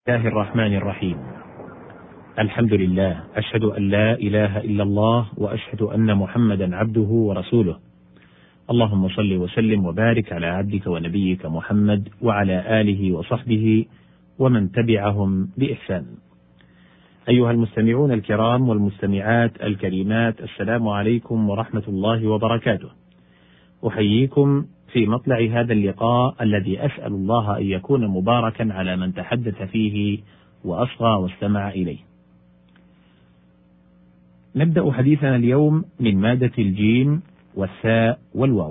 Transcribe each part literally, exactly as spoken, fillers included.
الله الرحمن الرحيم. الحمد لله، أشهد أن لا إله إلا الله وأشهد أن محمدا عبده ورسوله. اللهم صل وسلم وبارك على عبدك ونبيك محمد وعلى آله وصحبه ومن تبعهم بإحسان. أيها المستمعون الكرام والمستمعات الكريمات، السلام عليكم ورحمة الله وبركاته. أحييكم في مطلع هذا اللقاء الذي أسأل الله أن يكون مباركا على من تحدث فيه وأصغى واستمع إليه. نبدأ حديثنا اليوم من مادة الجيم والثاء والواو.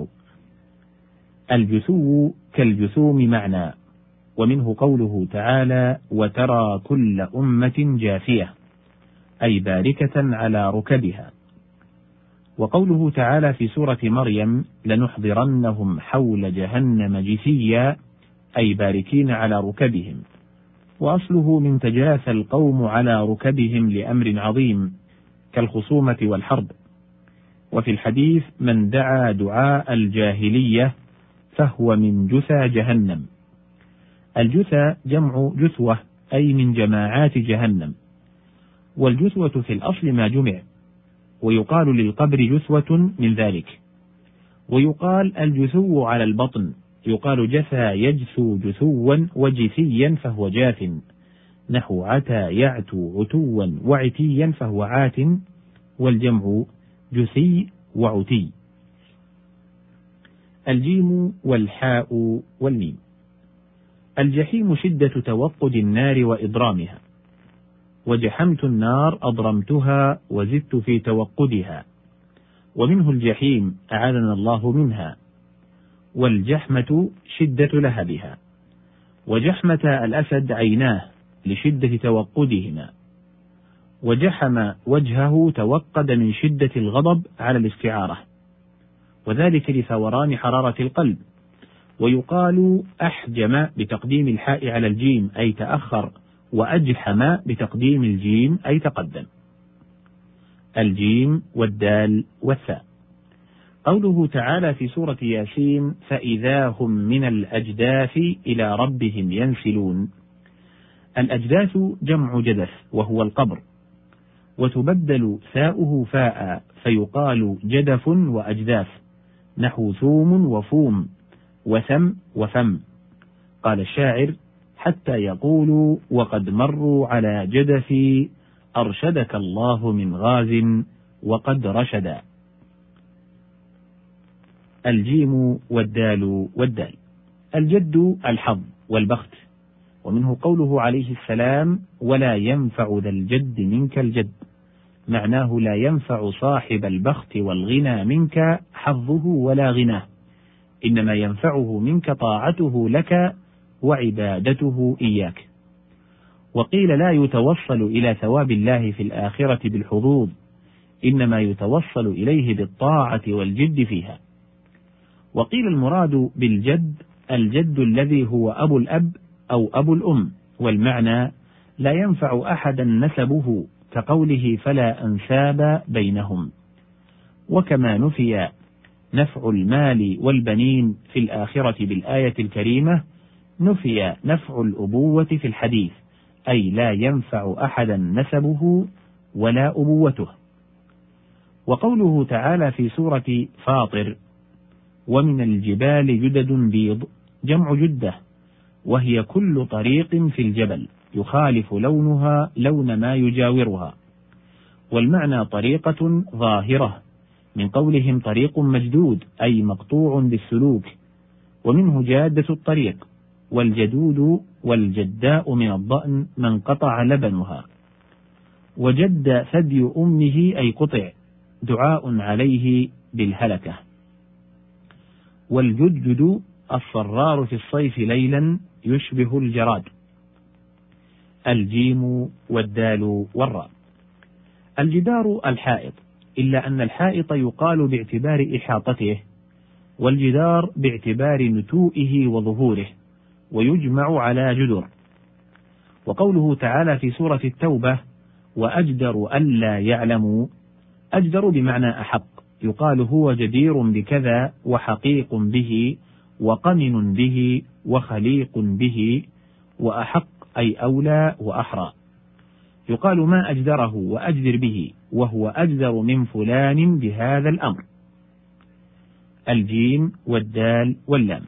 الجثو كالجثوم معنى، ومنه قوله تعالى: وترى كل أمة جاثية، أي باركة على ركبها. وقوله تعالى في سورة مريم: لنحضرنهم حول جهنم جثيا، أي باركين على ركبهم. وأصله من تجاثى القوم على ركبهم لأمر عظيم كالخصومة والحرب. وفي الحديث: من دعا دعاء الجاهلية فهو من جثى جهنم. الجثى جمع جثوة، أي من جماعات جهنم. والجثوة في الأصل ما جمع، ويقال للقبر جثوة من ذلك. ويقال الجثو على البطن، يقال جثى يجثو جثوا وجثيا فهو جاث، نحو عتى يعتو عتوا وعتيا فهو عات، والجمع جثي وعتي. الجيم والحاء والميم. الجحيم شدة توقد النار وإضرامها، وجحمت النار أضرمتها وزدت في توقدها، ومنه الجحيم أعاذنا الله منها. والجحمة شدة لهبها. وجحمة الأسد عيناه لشدة توقدهما. وجحم وجهه توقد من شدة الغضب على الاستعارة، وذلك لثوران حرارة القلب. ويقال أحجم بتقديم الحاء على الجيم أي تأخر، وأجحم بتقديم الجيم أي تقدم. الجيم والدال والثاء. قوله تعالى في سورة ياسين: فإذا هم من الأجداث إلى ربهم ينسلون. الأجداث جمع جدث وهو القبر، وتبدل ثاؤه فاء فيقال جدف وأجداث، نحو ثوم وفوم وثم وفم. قال الشاعر: حتى يقولوا وقد مروا على جدثي، أرشدك الله من غاز وقد رشدا. الجيم والدال والدال. الجد الحظ والبخت، ومنه قوله عليه السلام: ولا ينفع ذا الجد منك الجد، معناه لا ينفع صاحب البخت والغنى منك حظه ولا غناه، إنما ينفعه منك طاعته لك وعبادته إياك. وقيل لا يتوصل إلى ثواب الله في الآخرة بالحظوظ، إنما يتوصل إليه بالطاعة والجد فيها. وقيل المراد بالجد الجد الذي هو أبو الأب أو أبو الأم، والمعنى لا ينفع أحدا نسبه، كقوله: فلا أنساب بينهم. وكما نفي نفع المال والبنين في الآخرة بالآية الكريمة، نفي نفع الأبوة في الحديث، أي لا ينفع أحدا نسبه ولا أبوته. وقوله تعالى في سورة فاطر: ومن الجبال جدد بيض، جمع جدة، وهي كل طريق في الجبل يخالف لونها لون ما يجاورها. والمعنى طريقة ظاهرة، من قولهم طريق مجدود أي مقطوع بالسلوك، ومنه جادة الطريق. والجدود والجداء من الضأن من قطع لبنها. وجد ثدي أمه أي قطع، دعاء عليه بالهلكة. والجدجد الصرار في الصيف ليلا يشبه الجراد. الجيم والدال والراء. الجدار الحائط، إلا أن الحائط يقال باعتبار إحاطته، والجدار باعتبار نتوئه وظهوره، ويجمع على جدر. وقوله تعالى في سورة التوبة: وأجدر ألا يعلموا، أجدر بمعنى أحق، يقال هو جدير بكذا وحقيق به وقمن به وخليق به وأحق أي أولى وأحرى. يقال ما أجدره وأجدر به، وهو أجدر من فلان بهذا الأمر. الجيم والدال واللام.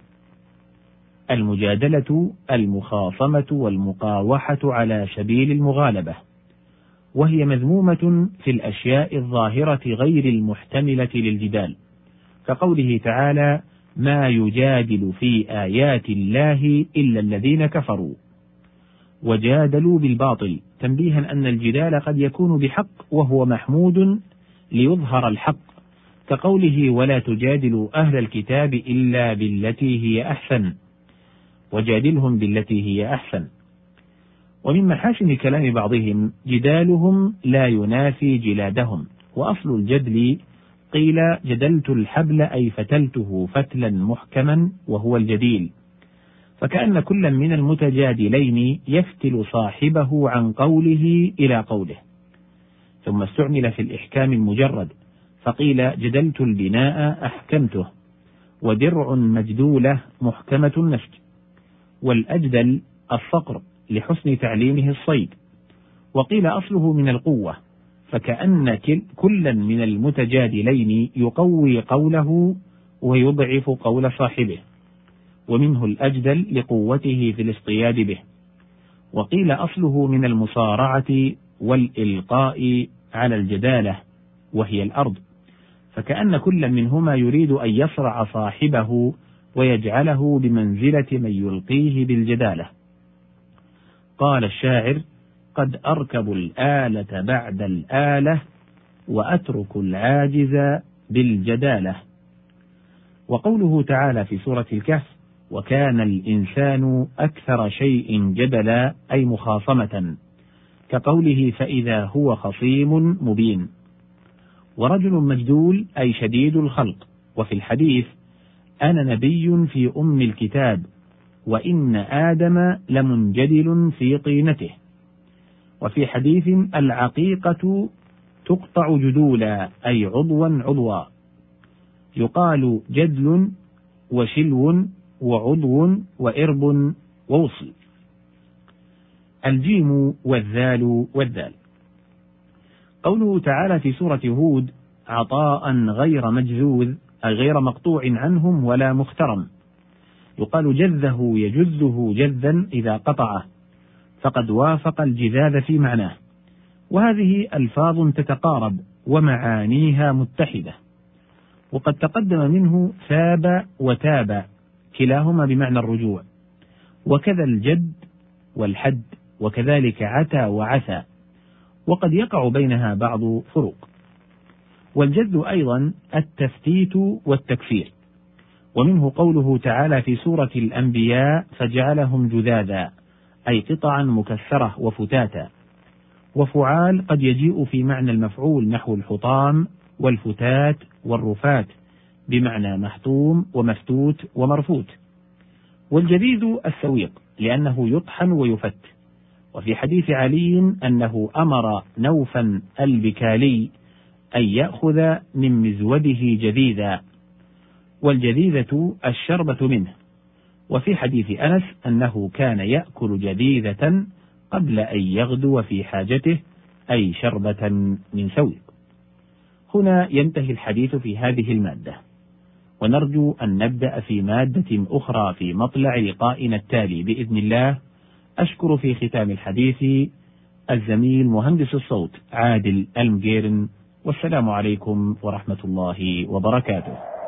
المجادلة المخاصمة والمقاوحة على سبيل المغالبة، وهي مذمومة في الأشياء الظاهرة غير المحتملة للجدال، كقوله تعالى: ما يجادل في آيات الله إلا الذين كفروا وجادلوا بالباطل، تنبيها أن الجدال قد يكون بحق وهو محمود ليظهر الحق، كقوله: ولا تجادلوا أهل الكتاب إلا بالتي هي أحسن وجادلهم بالتي هي أحسن. ومن محاسن كلام بعضهم جدالهم لا ينافي جلادهم، وأصل الجدل قيل جدلت الحبل أي فتلته فتلا محكما وهو الجديل، فكأن كل من المتجادلين يفتل صاحبه عن قوله إلى قوله. ثم استعمل في الإحكام المجرد، فقيل جدلت البناء أحكمته، ودرع مجدولة محكمة النسج. والأجدل الصقر لحسن تعليمه الصيد. وقيل أصله من القوة، فكأن كلا من المتجادلين يقوي قوله ويضعف قول صاحبه، ومنه الأجدل لقوته في الاصطياد به. وقيل أصله من المصارعة والإلقاء على الجدالة وهي الأرض، فكأن كل منهما يريد أن يصرع صاحبه ويجعله بمنزلة من يلقيه بالجدالة. قال الشاعر: قد أركب الآلة بعد الآلة وأترك العاجز بالجدالة. وقوله تعالى في سورة الكهف: وكان الإنسان أكثر شيء جدلا، أي مخاصمة، كقوله: فإذا هو خصيم مبين. ورجل مجدول أي شديد الخلق. وفي الحديث: أنا نبي في أم الكتاب، وإن آدم لمنجدل في طينته. وفي حديث: العقيقة تقطع جدولا، أي عضوا عضوا. يقال جدل وشلو وعضو وإرب ووصل. الجيم والذال والدال. قوله تعالى في سورة هود: عطاء غير مجذوذ، أي غير مقطوع عنهم ولا مخترم. يقال جذه يجذه جذا إذا قطعه، فقد وافق الجذاذ في معناه. وهذه ألفاظ تتقارب ومعانيها متحدة. وقد تقدم منه ثاب وتاب، كلاهما بمعنى الرجوع، وكذا الجد والحد، وكذلك عتى وعثى، وقد يقع بينها بعض فروق. والجد أيضا التفتيت والتكفير. ومنه قوله تعالى في سورة الأنبياء: فجعلهم جذاذا، أي قطعا مكسرة وفتاتا. وفعال قد يجيء في معنى المفعول، نحو الحطام والفتات والرفات، بمعنى محطوم ومفتوت ومرفوت. والجذيذ السويق، لأنه يطحن ويفت. وفي حديث علي أنه أمر نوفا البكالي أن يأخذ من مزوده جذيذا، والجذيذة الشربة منه. وفي حديث أنس أنه كان يأكل جذيذة قبل أن يغدو في حاجته، أي شربة من سويق. هنا ينتهي الحديث في هذه المادة، ونرجو أن نبدأ في مادة أخرى في مطلع لقائنا التالي بإذن الله. أشكر في ختام الحديث الزميل مهندس الصوت عادل المجيرن، والسلام عليكم ورحمة الله وبركاته.